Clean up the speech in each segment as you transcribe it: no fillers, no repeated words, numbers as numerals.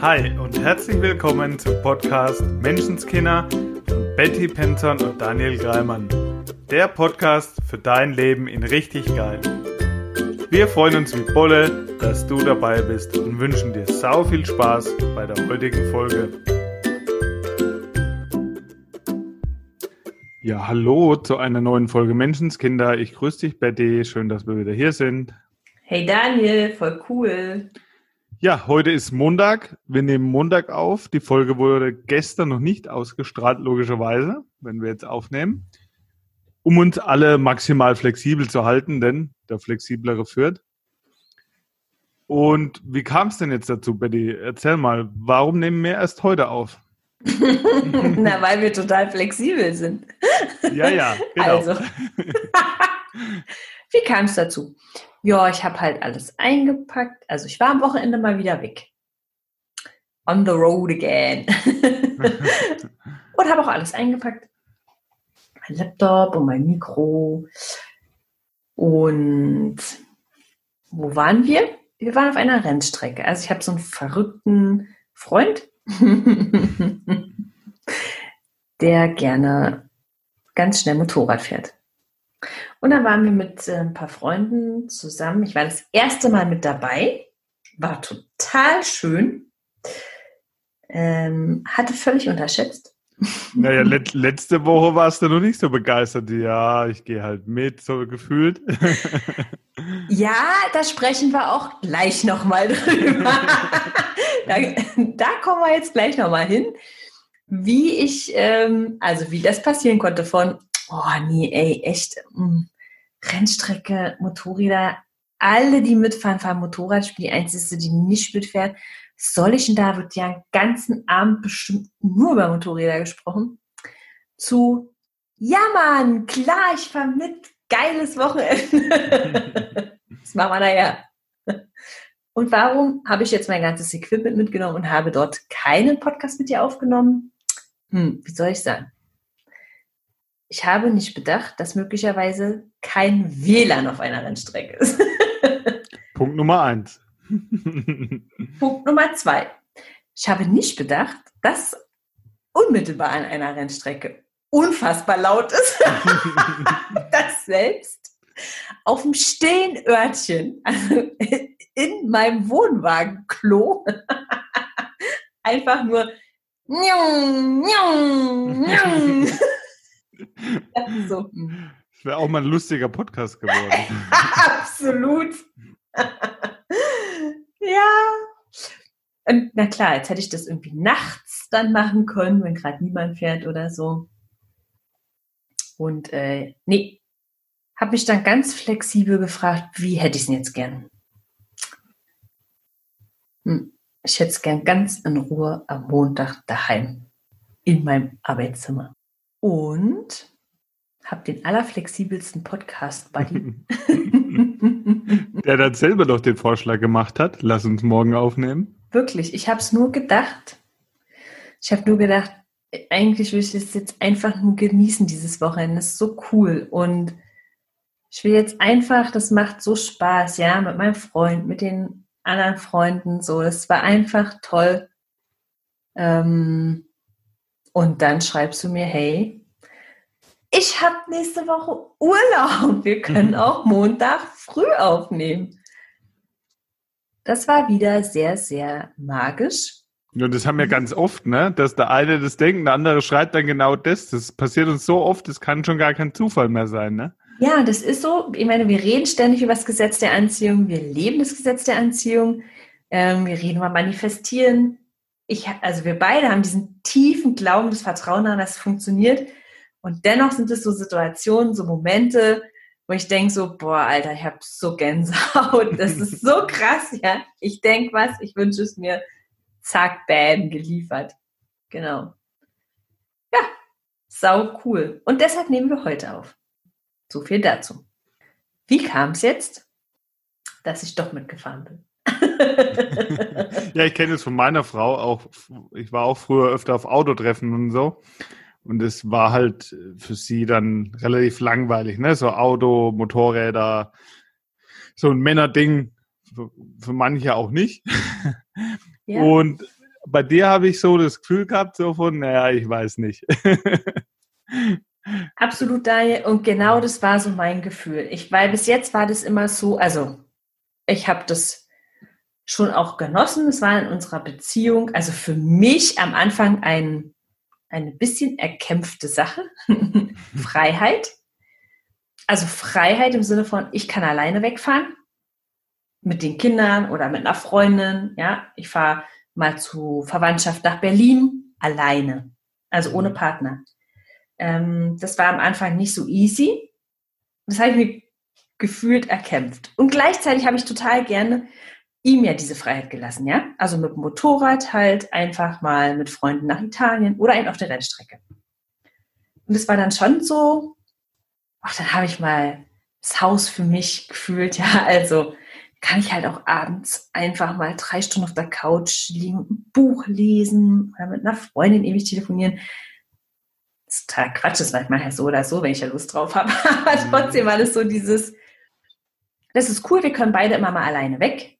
Hi und herzlich willkommen zum Podcast Menschenskinder von Betty Penton und Daniel Greimann. Der Podcast für dein Leben in richtig geil. Wir freuen uns wie Bolle, dass du dabei bist und wünschen dir sau viel Spaß bei der heutigen Folge. Ja, hallo zu einer neuen Folge Menschenskinder. Ich grüße dich, Betty. Schön, dass wir wieder hier sind. Hey Daniel, voll cool. Ja, heute ist Montag. Wir nehmen Montag auf. Die Folge wurde gestern noch nicht ausgestrahlt, logischerweise, wenn wir jetzt aufnehmen. Um uns alle maximal flexibel zu halten, denn der Flexiblere führt. Und wie kam es denn jetzt dazu, Betty? Erzähl mal, warum nehmen wir erst heute auf? Na, weil wir total flexibel sind. Ja, genau. Also, wie kam es dazu? Ja, ich habe halt alles eingepackt. Also ich war am Wochenende mal wieder weg. On the road again. Und habe auch alles eingepackt. Mein Laptop und mein Mikro. Und wo waren wir? Wir waren auf einer Rennstrecke. Also ich habe so einen verrückten Freund, der gerne ganz schnell Motorrad fährt. Und dann waren wir mit ein paar Freunden zusammen. Ich war das erste Mal mit dabei. War total schön. Hatte völlig unterschätzt. Naja, letzte Woche warst du noch nicht so begeistert. Ja, ich gehe halt mit, so gefühlt. Ja, da sprechen wir auch gleich nochmal drüber. Da kommen wir jetzt gleich nochmal hin, wie wie das passieren konnte von, oh nee, ey, echt, Rennstrecke, Motorräder, alle, die mitfahren, fahren Motorrad. Ich bin die Einzige, die nicht mitfährt. Soll ich denn da, wird ja den ganzen Abend bestimmt nur über Motorräder gesprochen, zu, ja Mann, klar, ich fahre mit, geiles Wochenende. Das machen wir nachher. Und warum habe ich jetzt mein ganzes Equipment mitgenommen und habe dort keinen Podcast mit dir aufgenommen? Wie soll ich sagen? Ich habe nicht bedacht, dass möglicherweise kein WLAN auf einer Rennstrecke ist. Punkt Nummer 1. Punkt Nummer 2. Ich habe nicht bedacht, dass unmittelbar an einer Rennstrecke unfassbar laut ist. Das selbst auf dem Stehenörtchen, also in meinem Wohnwagenklo, einfach nur so. Das wäre auch mal ein lustiger Podcast geworden. Absolut. Ja. Und na klar, jetzt hätte ich das irgendwie nachts dann machen können, wenn gerade niemand fährt oder so. Und nee, habe mich dann ganz flexibel gefragt, wie hätte ich es denn jetzt gern? Ich hätte es gern ganz in Ruhe am Montag daheim in meinem Arbeitszimmer. Und habe den allerflexibelsten Podcast-Buddy. Der dann selber doch den Vorschlag gemacht hat, lass uns morgen aufnehmen. Wirklich, ich habe es nur gedacht. Ich habe nur gedacht, eigentlich will ich es jetzt einfach nur genießen, dieses Wochenende. Das ist so cool. Und ich will jetzt einfach, das macht so Spaß, ja, mit meinem Freund, mit den anderen Freunden, so. Das war einfach toll. Und dann schreibst du mir, hey, ich habe nächste Woche Urlaub. Wir können auch Montag früh aufnehmen. Das war wieder sehr, sehr magisch. Ja, das haben wir ganz oft, ne? Dass der eine das denkt, der andere schreibt dann genau das. Das passiert uns so oft, das kann schon gar kein Zufall mehr sein, ne? Ja, das ist so. Ich meine, wir reden ständig über das Gesetz der Anziehung. Wir leben das Gesetz der Anziehung. Wir reden über Manifestieren. Wir beide haben diesen tiefen Glauben, das Vertrauen daran, dass es funktioniert. Und dennoch sind es so Situationen, so Momente, wo ich denke so, boah, Alter, ich habe so Gänsehaut. Das ist so krass, ja. Ich denke was, ich wünsche es mir, zack, bam, geliefert. Genau. Ja, sau cool. Und deshalb nehmen wir heute auf. So viel dazu. Wie kam es jetzt, dass ich doch mitgefahren bin? Ja, ich kenne es von meiner Frau auch. Ich war auch früher öfter auf Autotreffen und so. Und es war halt für sie dann relativ langweilig, ne? So Auto, Motorräder, so ein Männerding, für manche auch nicht. Ja. Und bei dir habe ich so das Gefühl gehabt, so von, naja, ich weiß nicht. Absolut, Daniel. Und genau das war so mein Gefühl. Weil bis jetzt war das immer so, also ich habe das schon auch genossen. Es war in unserer Beziehung, also für mich am Anfang eine bisschen erkämpfte Sache. Freiheit. Also Freiheit im Sinne von, ich kann alleine wegfahren. Mit den Kindern oder mit einer Freundin. Ja, ich fahre mal zu Verwandtschaft nach Berlin alleine. Also ohne Partner. Das war am Anfang nicht so easy. Das habe ich mir gefühlt erkämpft. Und gleichzeitig habe ich total gerne ihm ja diese Freiheit gelassen, ja. Also mit dem Motorrad halt einfach mal mit Freunden nach Italien oder eben auf der Rennstrecke. Und es war dann schon so, dann habe ich mal das Haus für mich gefühlt, ja, also kann ich halt auch abends einfach mal 3 Stunden auf der Couch liegen, ein Buch lesen oder mit einer Freundin ewig telefonieren. Das ist total Quatsch, das ist manchmal so oder so, wenn ich ja Lust drauf habe. Aber trotzdem war das so dieses, das ist cool, wir können beide immer mal alleine weg.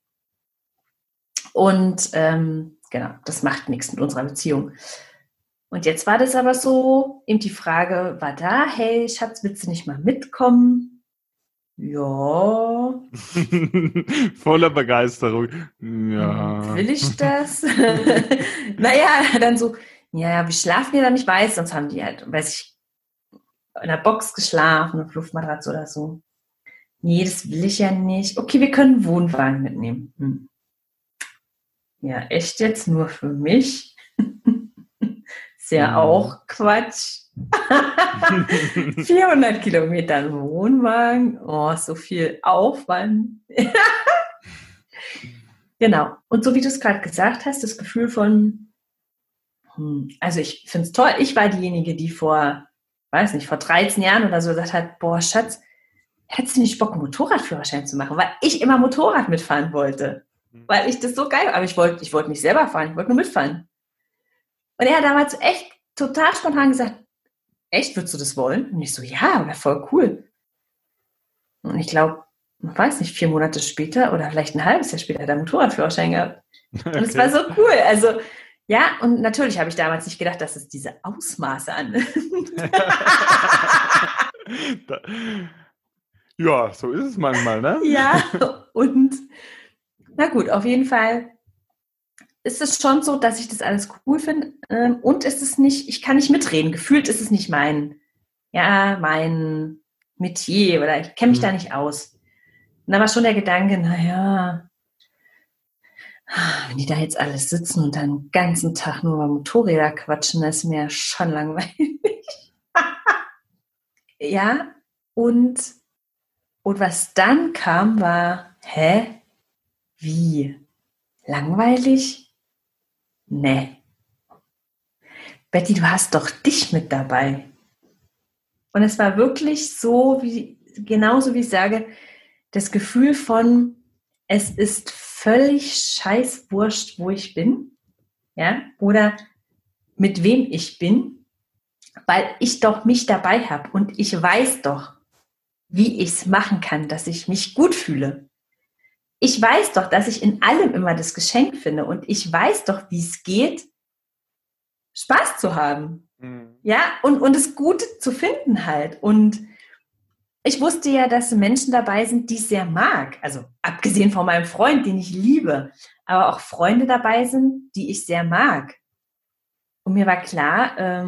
Und genau, das macht nichts mit unserer Beziehung. Und jetzt war das aber so, eben die Frage war da, hey Schatz, willst du nicht mal mitkommen? Ja. Voller Begeisterung. Ja. Will ich das? Naja, dann so, ja, wir schlafen ja dann nicht weiß, sonst haben die halt, weiß ich, in der Box geschlafen, auf Luftmatratze oder so. Nee, das will ich ja nicht. Okay, wir können einen Wohnwagen mitnehmen. Ja, echt jetzt nur für mich? Ist ja auch Quatsch. 400 Kilometer ein Wohnwagen. Oh, so viel Aufwand. Genau. Und so wie du es gerade gesagt hast, das Gefühl von, also ich finde es toll. Ich war diejenige, die vor 13 Jahren oder so gesagt hat, boah, Schatz, hättest du nicht Bock, einen Motorradführerschein zu machen? Weil ich immer Motorrad mitfahren wollte. Weil ich das so geil, aber ich wollte nicht selber fahren, ich wollte nur mitfahren. Und er hat damals echt total spontan gesagt, echt, würdest du das wollen? Und ich so, ja, wäre voll cool. Und ich glaube, ich weiß nicht, 4 Monate später oder vielleicht ein halbes Jahr später hat er einen Motorradführerschein gehabt. Und es war so cool. Also, ja, und natürlich habe ich damals nicht gedacht, dass es diese Ausmaße annimmt. Ja, so ist es manchmal, ne? Ja, und na gut, auf jeden Fall ist es schon so, dass ich das alles cool finde. Und ist es nicht, ich kann nicht mitreden. Gefühlt ist es nicht mein Metier oder ich kenne mich da nicht aus. Und da war schon der Gedanke, naja, wenn die da jetzt alles sitzen und dann den ganzen Tag nur über Motorräder quatschen, das ist mir schon langweilig. Ja, und was dann kam, war, wie? Langweilig? Nee. Betty, du hast doch dich mit dabei. Und es war wirklich so, genauso wie ich sage, das Gefühl von, es ist völlig scheißwurscht, wo ich bin, ja, oder mit wem ich bin, weil ich doch mich dabei habe und ich weiß doch, wie ich es machen kann, dass ich mich gut fühle. Ich weiß doch, dass ich in allem immer das Geschenk finde und ich weiß doch, wie es geht, Spaß zu haben. Ja, und das Gute zu finden halt. Und ich wusste ja, dass Menschen dabei sind, die ich sehr mag. Also abgesehen von meinem Freund, den ich liebe, aber auch Freunde dabei sind, die ich sehr mag. Und mir war klar,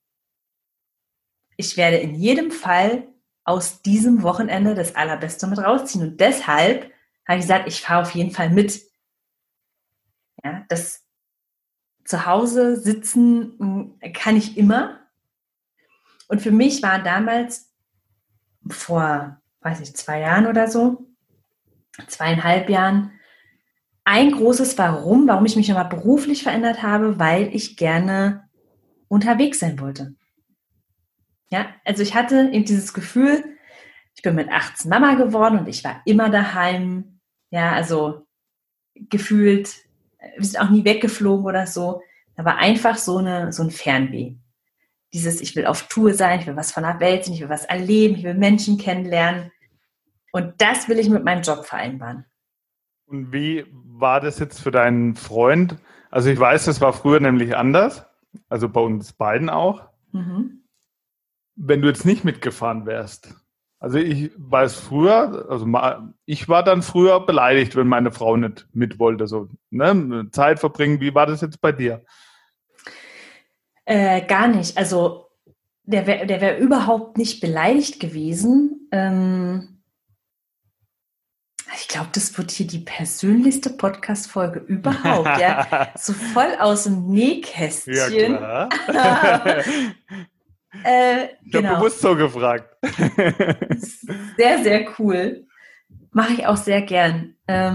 ich werde in jedem Fall aus diesem Wochenende das Allerbeste mit rausziehen. Und deshalb habe ich gesagt, ich fahre auf jeden Fall mit. Ja, das zu Hause sitzen kann ich immer. Und für mich war damals vor, 2 Jahren oder so, 2,5 Jahren, ein großes warum ich mich nochmal beruflich verändert habe, weil ich gerne unterwegs sein wollte. Ja, also ich hatte eben dieses Gefühl, ich bin mit 18 Mama geworden und ich war immer daheim. Ja, also gefühlt, wir sind auch nie weggeflogen oder so. Da war einfach so ein Fernweh. Dieses, ich will auf Tour sein, ich will was von der Welt sehen, ich will was erleben, ich will Menschen kennenlernen. Und das will ich mit meinem Job vereinbaren. Und wie war das jetzt für deinen Freund? Also ich weiß, das war früher nämlich anders, also bei uns beiden auch. Mhm. Wenn du jetzt nicht mitgefahren wärst. Also ich weiß früher, ich war dann früher beleidigt, wenn meine Frau nicht mit wollte, so, ne, Zeit verbringen. Wie war das jetzt bei dir? Gar nicht. Also der wär überhaupt nicht beleidigt gewesen. Ich glaube, das wird hier die persönlichste Podcast-Folge überhaupt. Ja, so voll aus dem Nähkästchen. Ja, klar. Ich habe Genau. bewusst so gefragt. Sehr, sehr cool. Mache ich auch sehr gern.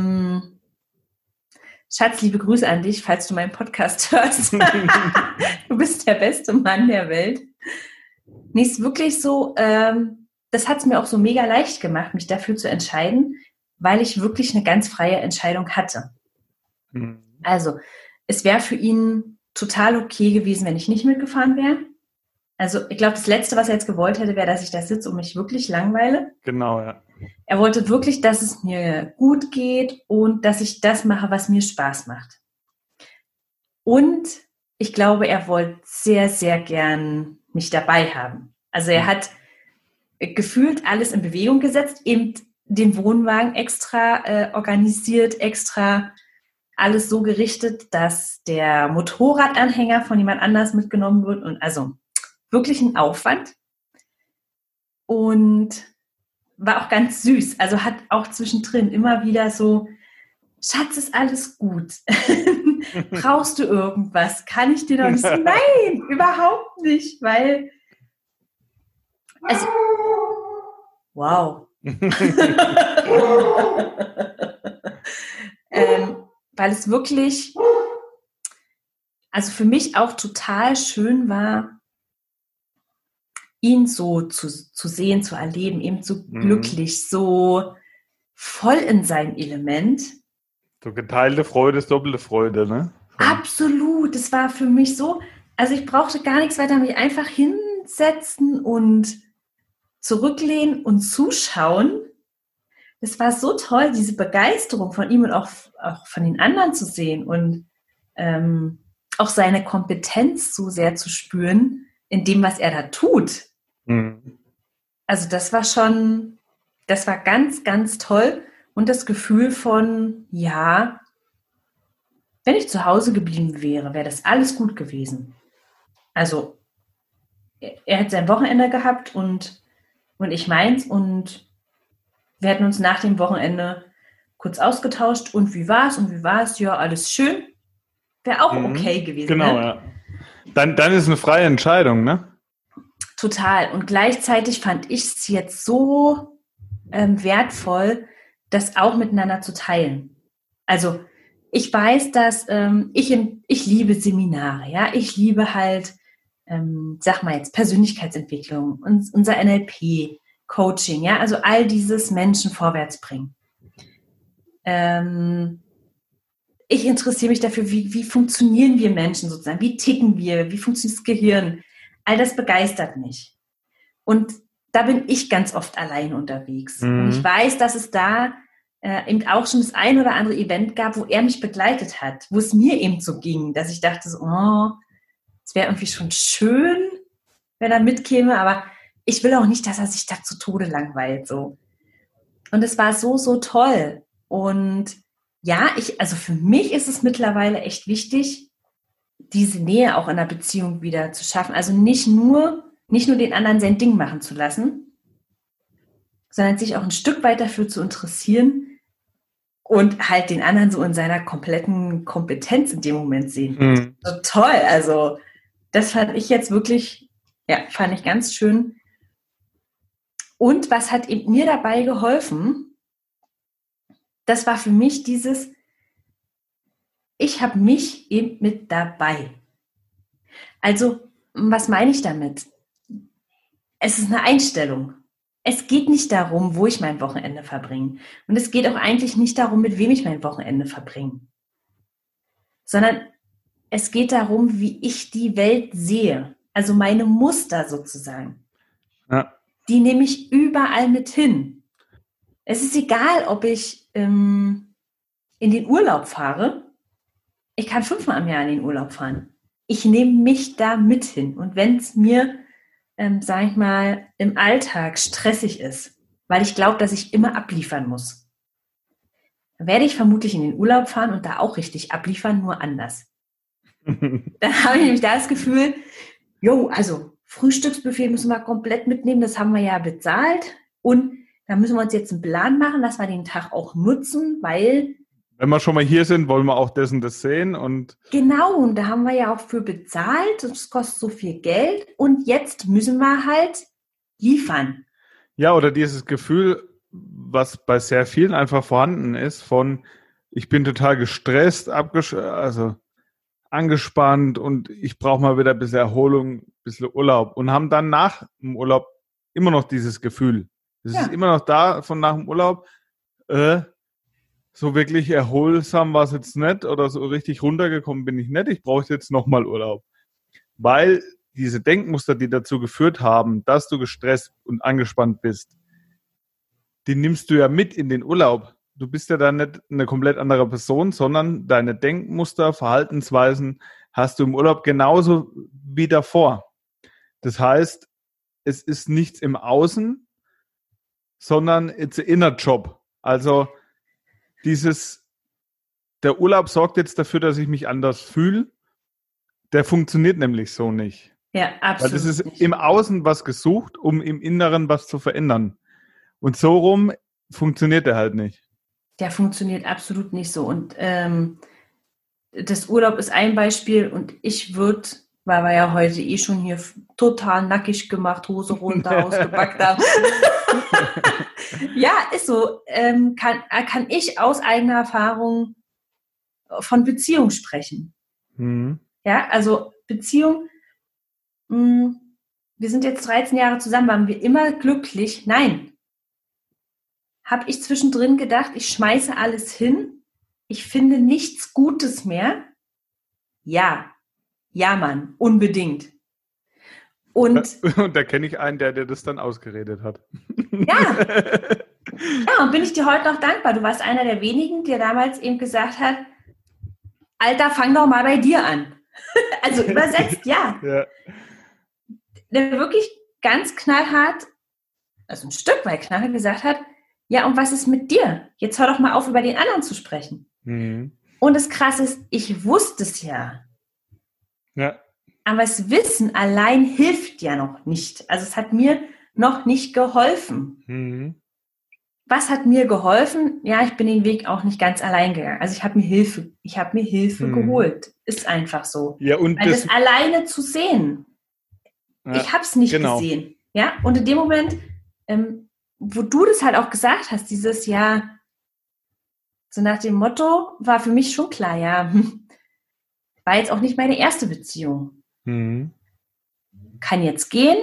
Schatz, liebe Grüße an dich, falls du meinen Podcast hörst. Du bist der beste Mann der Welt. Nee, ist wirklich so, das hat es mir auch so mega leicht gemacht, mich dafür zu entscheiden, weil ich wirklich eine ganz freie Entscheidung hatte. Mhm. Also, es wäre für ihn total okay gewesen, wenn ich nicht mitgefahren wäre. Also, ich glaube, das Letzte, was er jetzt gewollt hätte, wäre, dass ich da sitze und mich wirklich langweile. Genau, ja. Er wollte wirklich, dass es mir gut geht und dass ich das mache, was mir Spaß macht. Und ich glaube, er wollte sehr, sehr gern mich dabei haben. Also er hat gefühlt alles in Bewegung gesetzt, eben den Wohnwagen extra organisiert, extra alles so gerichtet, dass der Motorradanhänger von jemand anders mitgenommen wird. Und also wirklich ein Aufwand. Und war auch ganz süß. Also hat auch zwischendrin immer wieder so, Schatz, ist alles gut. Brauchst du irgendwas? Kann ich dir noch nicht? Nein, überhaupt nicht, weil also, wow. Weil es wirklich, also für mich auch total schön war, ihn so zu sehen, zu erleben, eben so glücklich, so voll in seinem Element. So geteilte Freude ist doppelte Freude, ne? So. Absolut, das war für mich so, also ich brauchte gar nichts weiter, mich einfach hinsetzen und zurücklehnen und zuschauen. Das war so toll, diese Begeisterung von ihm und auch von den anderen zu sehen und auch seine Kompetenz so sehr zu spüren in dem, was er da tut. Mhm. Also das war ganz, ganz toll und das Gefühl von, ja, wenn ich zu Hause geblieben wäre, wäre das alles gut gewesen. Also er hat sein Wochenende gehabt und ich meins und wir hatten uns nach dem Wochenende kurz ausgetauscht und wie war's? Ja, alles schön. Wäre auch okay gewesen. Genau, ne? Ja. Dann ist eine freie Entscheidung, ne? Total. Und gleichzeitig fand ich es jetzt so wertvoll, das auch miteinander zu teilen. Also ich weiß, dass ich liebe Seminare, ja, ich liebe halt, sag mal jetzt Persönlichkeitsentwicklung und unser NLP, Coaching, ja, also all dieses Menschen vorwärts bringen. Ich interessiere mich dafür, wie funktionieren wir Menschen sozusagen, wie ticken wir, wie funktioniert das Gehirn. All das begeistert mich. Und da bin ich ganz oft allein unterwegs. Und ich weiß, dass es da eben auch schon das ein oder andere Event gab, wo er mich begleitet hat, wo es mir eben so ging, dass ich dachte, so, es wäre irgendwie schon schön, wenn er mitkäme, aber ich will auch nicht, dass er sich da zu Tode langweilt. So. Und es war so, so toll. Und ja, also für mich ist es mittlerweile echt wichtig, diese Nähe auch in einer Beziehung wieder zu schaffen. Also nicht nur den anderen sein Ding machen zu lassen, sondern sich auch ein Stück weit dafür zu interessieren und halt den anderen so in seiner kompletten Kompetenz in dem Moment sehen. So toll, also das fand ich jetzt wirklich, ja, fand ich ganz schön. Und was hat eben mir dabei geholfen, das war für mich ich habe mich eben mit dabei. Also, was meine ich damit? Es ist eine Einstellung. Es geht nicht darum, wo ich mein Wochenende verbringe. Und es geht auch eigentlich nicht darum, mit wem ich mein Wochenende verbringe. Sondern es geht darum, wie ich die Welt sehe. Also meine Muster sozusagen. Ja. Die nehme ich überall mit hin. Es ist egal, ob ich in den Urlaub fahre ich kann 5-mal im Jahr in den Urlaub fahren. Ich nehme mich da mit hin. Und wenn es mir, sage ich mal, im Alltag stressig ist, weil ich glaube, dass ich immer abliefern muss, dann werde ich vermutlich in den Urlaub fahren und da auch richtig abliefern, nur anders. Dann habe ich nämlich da das Gefühl, also Frühstücksbuffet müssen wir komplett mitnehmen, das haben wir ja bezahlt. Und da müssen wir uns jetzt einen Plan machen, dass wir den Tag auch nutzen, weil... Wenn wir schon mal hier sind, wollen wir auch das und das sehen. Und Genau, und da haben wir ja auch für bezahlt. Das kostet so viel Geld. Und jetzt müssen wir halt liefern. ja, oder dieses Gefühl, was bei sehr vielen einfach vorhanden ist, von ich bin total gestresst, also angespannt und ich brauche mal wieder ein bisschen Erholung, ein bisschen Urlaub und haben dann nach dem Urlaub immer noch dieses Gefühl. Es ist immer noch da von nach dem Urlaub, so wirklich erholsam war es jetzt nicht oder so richtig runtergekommen bin ich nicht, ich brauche jetzt nochmal Urlaub. Weil diese Denkmuster, die dazu geführt haben, dass du gestresst und angespannt bist, die nimmst du ja mit in den Urlaub. Du bist ja dann nicht eine komplett andere Person, sondern deine Denkmuster, Verhaltensweisen hast du im Urlaub genauso wie davor. Das heißt, es ist nichts im Außen, sondern it's an inner job. Also der Urlaub sorgt jetzt dafür, dass ich mich anders fühle. Der funktioniert nämlich so nicht. Ja, absolut. Weil das ist nicht. im Außen was gesucht, um im Inneren was zu verändern. Und so rum funktioniert der halt nicht. Der funktioniert absolut nicht so. Und das Urlaub ist ein Beispiel und weil wir ja heute schon hier total nackig gemacht, Hose runter, ausgepackt haben. Ja, ist so. Kann ich aus eigener Erfahrung von Beziehung sprechen. Mhm. Ja, also Beziehung, wir sind jetzt 13 Jahre zusammen, waren wir immer glücklich? Nein. Habe ich zwischendrin gedacht, ich schmeiße alles hin, ich finde nichts Gutes mehr? Ja, Mann, unbedingt. Und da kenne ich einen, der das dann ausgeredet hat. Ja, und bin ich dir heute noch dankbar. Du warst einer der wenigen, der damals eben gesagt hat, Alter, fang doch mal bei dir an. Also übersetzt, ja. Der wirklich ganz knallhart, also ein Stück weit knallhart gesagt hat, ja, und was ist mit dir? Jetzt hör doch mal auf, über den anderen zu sprechen. Mhm. Und das Krasse ist, ich wusste es ja. Ja. Aber das Wissen allein hilft ja noch nicht. Also es hat mir noch nicht geholfen. Mhm. Was hat mir geholfen? Ja, ich bin den Weg auch nicht ganz allein gegangen. Also ich habe mir Hilfe geholt. Ist einfach so. Ja, und weil das alleine zu sehen, ich habe es nicht gesehen. Ja, und in dem Moment, wo du das halt auch gesagt hast, dieses Jahr, so nach dem Motto, war für mich schon klar, ja, war jetzt auch nicht meine erste Beziehung. Mhm. Kann jetzt gehen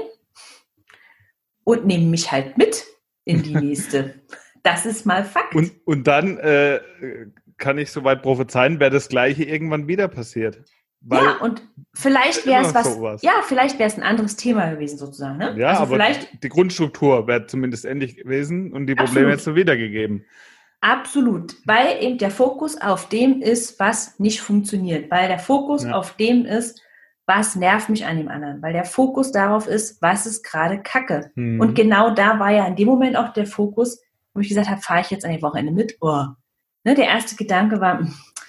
und nehme mich halt mit in die nächste. Das ist mal Fakt. Und dann kann ich soweit prophezeien, wäre das Gleiche irgendwann wieder passiert. Weil ja, und vielleicht wäre es sowas. Ja, vielleicht wäre es ein anderes Thema gewesen sozusagen. Ne? Ja, also aber vielleicht, die Grundstruktur wäre zumindest ähnlich gewesen und die Probleme jetzt so wiedergegeben. Absolut, weil eben der Fokus auf dem ist, was nicht funktioniert, weil der Fokus auf dem ist, was nervt mich an dem anderen, weil der Fokus darauf ist, was ist gerade Kacke. Mhm. Und genau da war ja in dem Moment auch der Fokus, wo ich gesagt habe, fahre ich jetzt an dem Wochenende mit? Ne, der erste Gedanke war,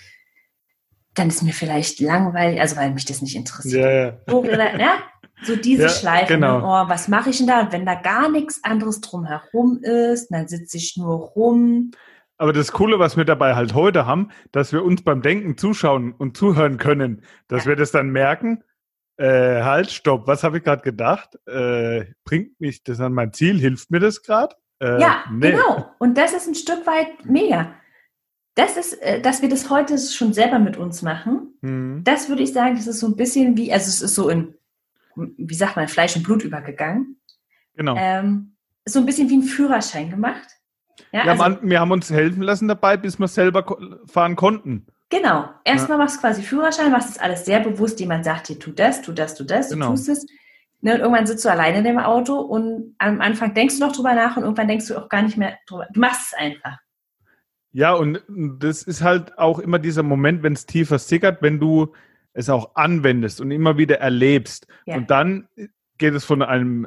dann ist mir vielleicht langweilig, also weil mich das nicht interessiert. So diese Schleife, genau. Was mache ich denn da? Und wenn da gar nichts anderes drumherum ist, dann sitze ich nur rum. Aber das Coole, was wir dabei halt heute haben, dass wir uns beim Denken zuschauen und zuhören können, dass wir das dann merken, halt, stopp, was habe ich gerade gedacht? Bringt mich das an mein Ziel? Hilft mir das gerade? Nee. Genau. Und das ist ein Stück weit mega. Das ist, dass wir das heute schon selber mit uns machen, das würde ich sagen, das ist so ein bisschen wie, also es ist so in, wie sagt man, Fleisch und Blut übergegangen. Genau. So ein bisschen wie ein Führerschein gemacht. Ja, wir haben uns helfen lassen dabei, bis wir selber fahren konnten. Genau. Erstmal machst du quasi Führerschein, machst das alles sehr bewusst. Jemand sagt dir, tu das, genau. Du tust es. Ne, und irgendwann sitzt du alleine in dem Auto und am Anfang denkst du noch drüber nach und irgendwann denkst du auch gar nicht mehr drüber. Du machst es einfach. Ja, und das ist halt auch immer dieser Moment, wenn es tiefer sickert, wenn du es auch anwendest und immer wieder erlebst. Ja, Und dann geht es von einem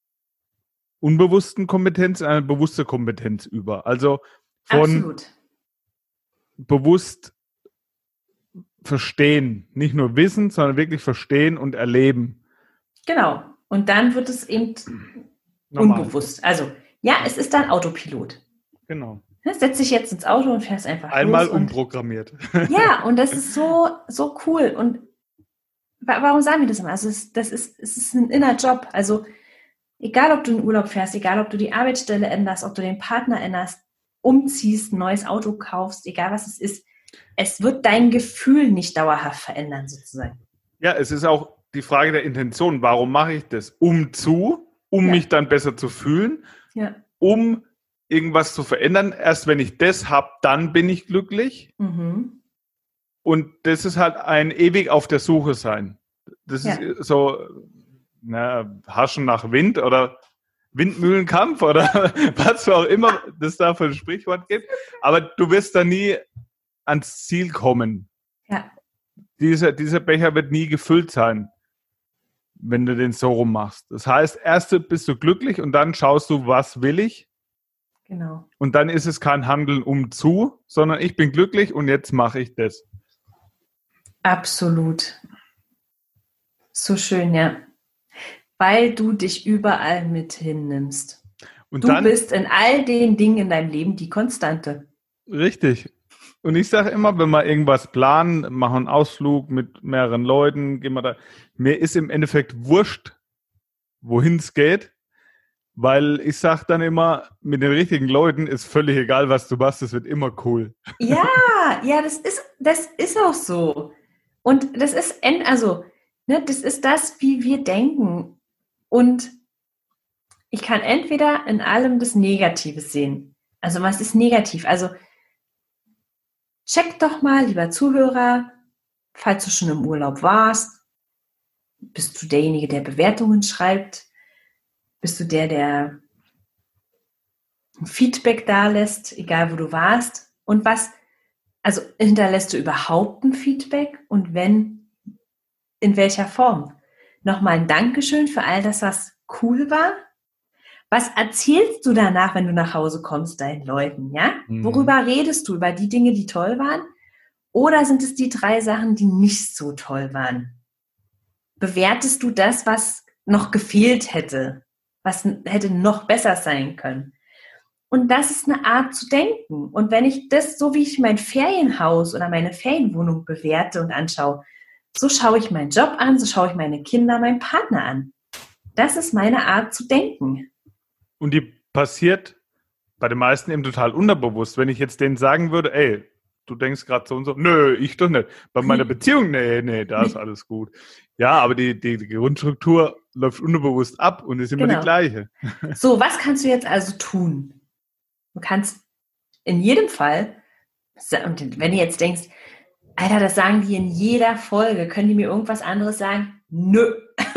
unbewussten Kompetenz in eine bewusste Kompetenz über. Also von absolut. bewusst verstehen, nicht nur wissen, sondern wirklich verstehen und erleben. Genau. Und dann wird es eben Normal. unbewusst. Also, ja, es ist dann Autopilot. Genau. Setz dich jetzt ins Auto und fährst einfach Einmal los. Und umprogrammiert. ja, und das ist so cool. Und warum sagen wir das immer? Also es ist ein inner Job. Also egal, ob du in Urlaub fährst, egal, ob du die Arbeitsstelle änderst, ob du den Partner änderst, umziehst, ein neues Auto kaufst, egal was es ist, es wird dein Gefühl nicht dauerhaft verändern sozusagen. Ja, es ist auch die Frage der Intention. Warum mache ich das? Um mich dann besser zu fühlen, um irgendwas zu verändern. Erst wenn ich das habe, dann bin ich glücklich. Mhm. Und das ist halt ein ewig auf der Suche sein. Das ist so Haschen nach Wind oder Windmühlenkampf oder was auch immer das da für ein Sprichwort gibt. Aber du wirst da nie ans Ziel kommen. Ja. Dieser Becher wird nie gefüllt sein, wenn du den so rum machst. Das heißt, erst bist du glücklich und dann schaust du, was will ich? Genau. Und dann ist es kein Handeln sondern ich bin glücklich und jetzt mache ich das. Absolut. So schön, ja. Weil du dich überall mit hinnimmst. Und du bist in all den Dingen in deinem Leben die Konstante. Richtig. Und ich sage immer, wenn wir irgendwas planen, machen einen Ausflug mit mehreren Leuten, gehen wir da. Mir ist im Endeffekt wurscht, wohin es geht, weil ich sage dann immer, mit den richtigen Leuten ist völlig egal, was du machst, das wird immer cool. Ja, das ist auch so. Und das ist, das ist das, wie wir denken. Und ich kann entweder in allem das Negative sehen. Also was ist negativ? Also check doch mal, lieber Zuhörer, falls du schon im Urlaub warst, bist du derjenige, der Bewertungen schreibt? Bist du der Feedback da lässt, egal wo du warst? Und also hinterlässt du überhaupt ein Feedback? Und wenn, in welcher Form? Nochmal ein Dankeschön für all das, was cool war. Was erzählst du danach, wenn du nach Hause kommst, deinen Leuten, ja? Worüber redest du? Über die Dinge, die toll waren? Oder sind es die 3 Sachen, die nicht so toll waren? Bewertest du das, was noch gefehlt hätte? Was hätte noch besser sein können? Und das ist eine Art zu denken. Und wenn ich das, so wie ich mein Ferienhaus oder meine Ferienwohnung bewerte und anschaue, so schaue ich meinen Job an, so schaue ich meine Kinder, meinen Partner an. Das ist meine Art zu denken. Und die passiert bei den meisten eben total unterbewusst. Wenn ich jetzt denen sagen würde, ey, du denkst gerade so und so, nö, ich doch nicht. Bei meiner Beziehung, nee, da ist alles gut. Ja, aber die Grundstruktur läuft unterbewusst ab und ist immer die gleiche. So, was kannst du jetzt also tun? Du kannst in jedem Fall, und wenn du jetzt denkst, Alter, das sagen die in jeder Folge, können die mir irgendwas anderes sagen? Nö.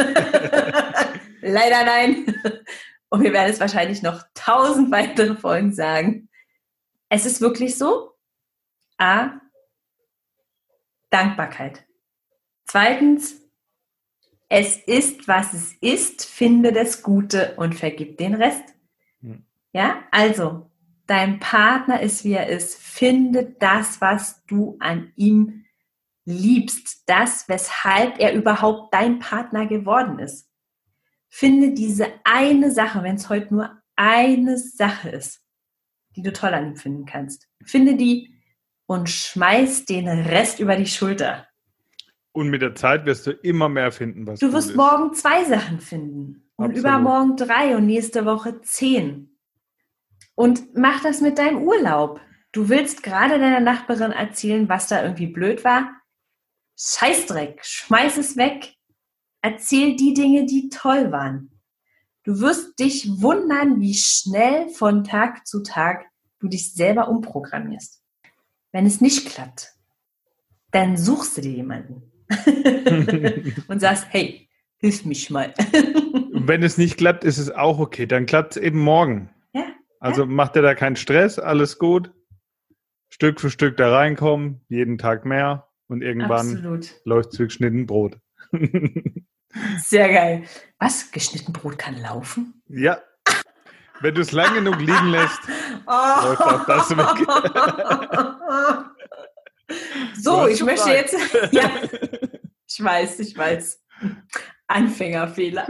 Leider nein. Und wir werden es wahrscheinlich noch 1000 weitere Folgen sagen. Es ist wirklich so. A, Dankbarkeit. 2, es ist, was es ist, finde das Gute und vergib den Rest. Ja, also, dein Partner ist, wie er ist. Finde das, was du an ihm liebst. Das, weshalb er überhaupt dein Partner geworden ist. Finde diese eine Sache, wenn es heute nur eine Sache ist, die du toll an ihm finden kannst. Finde die und schmeiß den Rest über die Schulter. Und mit der Zeit wirst du immer mehr finden, was du wirst morgen 2 Sachen finden und übermorgen 3 und nächste Woche 10. Und mach das mit deinem Urlaub. Du willst gerade deiner Nachbarin erzählen, was da irgendwie blöd war. Scheißdreck, schmeiß es weg. Erzähl die Dinge, die toll waren. Du wirst dich wundern, wie schnell von Tag zu Tag du dich selber umprogrammierst. Wenn es nicht klappt, dann suchst du dir jemanden und sagst, hey, hilf mich mal. Und wenn es nicht klappt, ist es auch okay. Dann klappt es eben morgen. Ja. Also macht dir da keinen Stress, alles gut. Stück für Stück da reinkommen, jeden Tag mehr und irgendwann läuft es wie geschnitten Brot. Sehr geil. Was? Geschnitten Brot kann laufen? Ja. Wenn du es lang genug liegen lässt, läuft auch das weg. So, ich möchte jetzt... Ja, ich weiß. Anfängerfehler.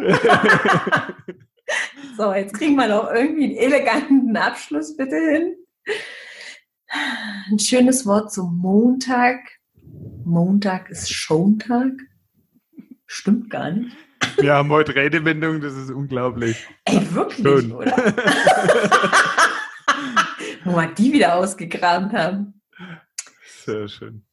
So, jetzt kriegen wir noch irgendwie einen eleganten Abschluss bitte hin. Ein schönes Wort zum Montag. Montag ist Schontag. Stimmt gar nicht. Wir haben heute Redewendungen, das ist unglaublich. Ey, wirklich, schön. Oder? Wo wir die wieder ausgegraben haben. Sehr schön.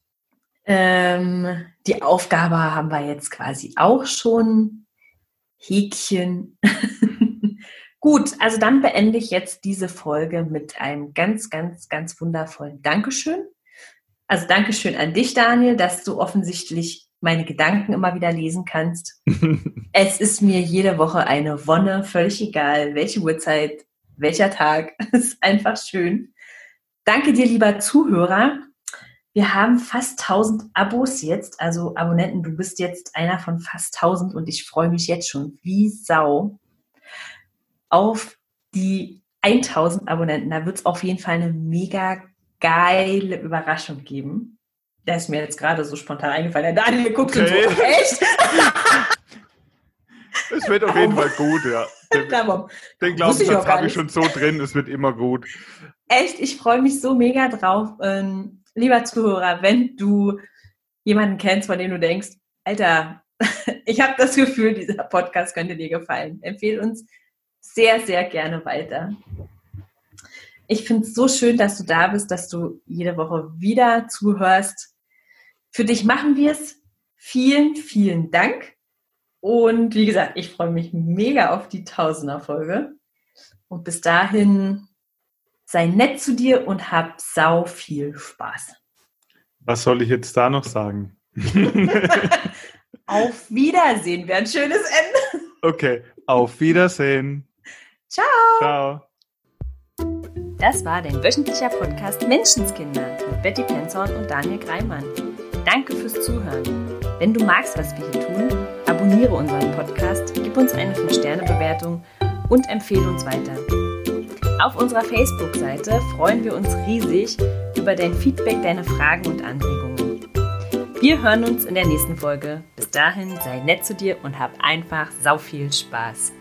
Die Aufgabe haben wir jetzt quasi auch schon. Häkchen. Gut, also dann beende ich jetzt diese Folge mit einem ganz, ganz, ganz wundervollen Dankeschön. Also Dankeschön an dich, Daniel, dass du offensichtlich meine Gedanken immer wieder lesen kannst. Es ist mir jede Woche eine Wonne, völlig egal, welche Uhrzeit, welcher Tag. Es ist einfach schön. Danke dir, lieber Zuhörer. Wir haben fast 1000 Abos jetzt, also Abonnenten. Du bist jetzt einer von fast 1000 und ich freue mich jetzt schon wie Sau auf die 1000 Abonnenten. Da wird es auf jeden Fall eine mega geile Überraschung geben. Der ist mir jetzt gerade so spontan eingefallen. Der Daniel guckt so, echt? Es wird auf jeden Fall gut, ja. Den Glaubenssatz habe ich schon so drin, es wird immer gut. Echt, ich freue mich so mega drauf. Lieber Zuhörer, wenn du jemanden kennst, von dem du denkst, Alter, ich habe das Gefühl, dieser Podcast könnte dir gefallen. Empfehle uns sehr, sehr gerne weiter. Ich finde es so schön, dass du da bist, dass du jede Woche wieder zuhörst. Für dich machen wir es. Vielen, vielen Dank. Und wie gesagt, ich freue mich mega auf die 1000er-Folge. Und bis dahin, sei nett zu dir und hab sau viel Spaß. Was soll ich jetzt da noch sagen? Auf Wiedersehen wäre ein schönes Ende. Okay, auf Wiedersehen. Ciao. Ciao. Das war dein wöchentlicher Podcast Menschenskinder mit Betty Penzorn und Daniel Greimann. Danke fürs Zuhören. Wenn du magst, was wir hier tun, abonniere unseren Podcast, gib uns eine 5-Sterne-Bewertung und empfehle uns weiter. Auf unserer Facebook-Seite freuen wir uns riesig über dein Feedback, deine Fragen und Anregungen. Wir hören uns in der nächsten Folge. Bis dahin, sei nett zu dir und hab einfach sau viel Spaß.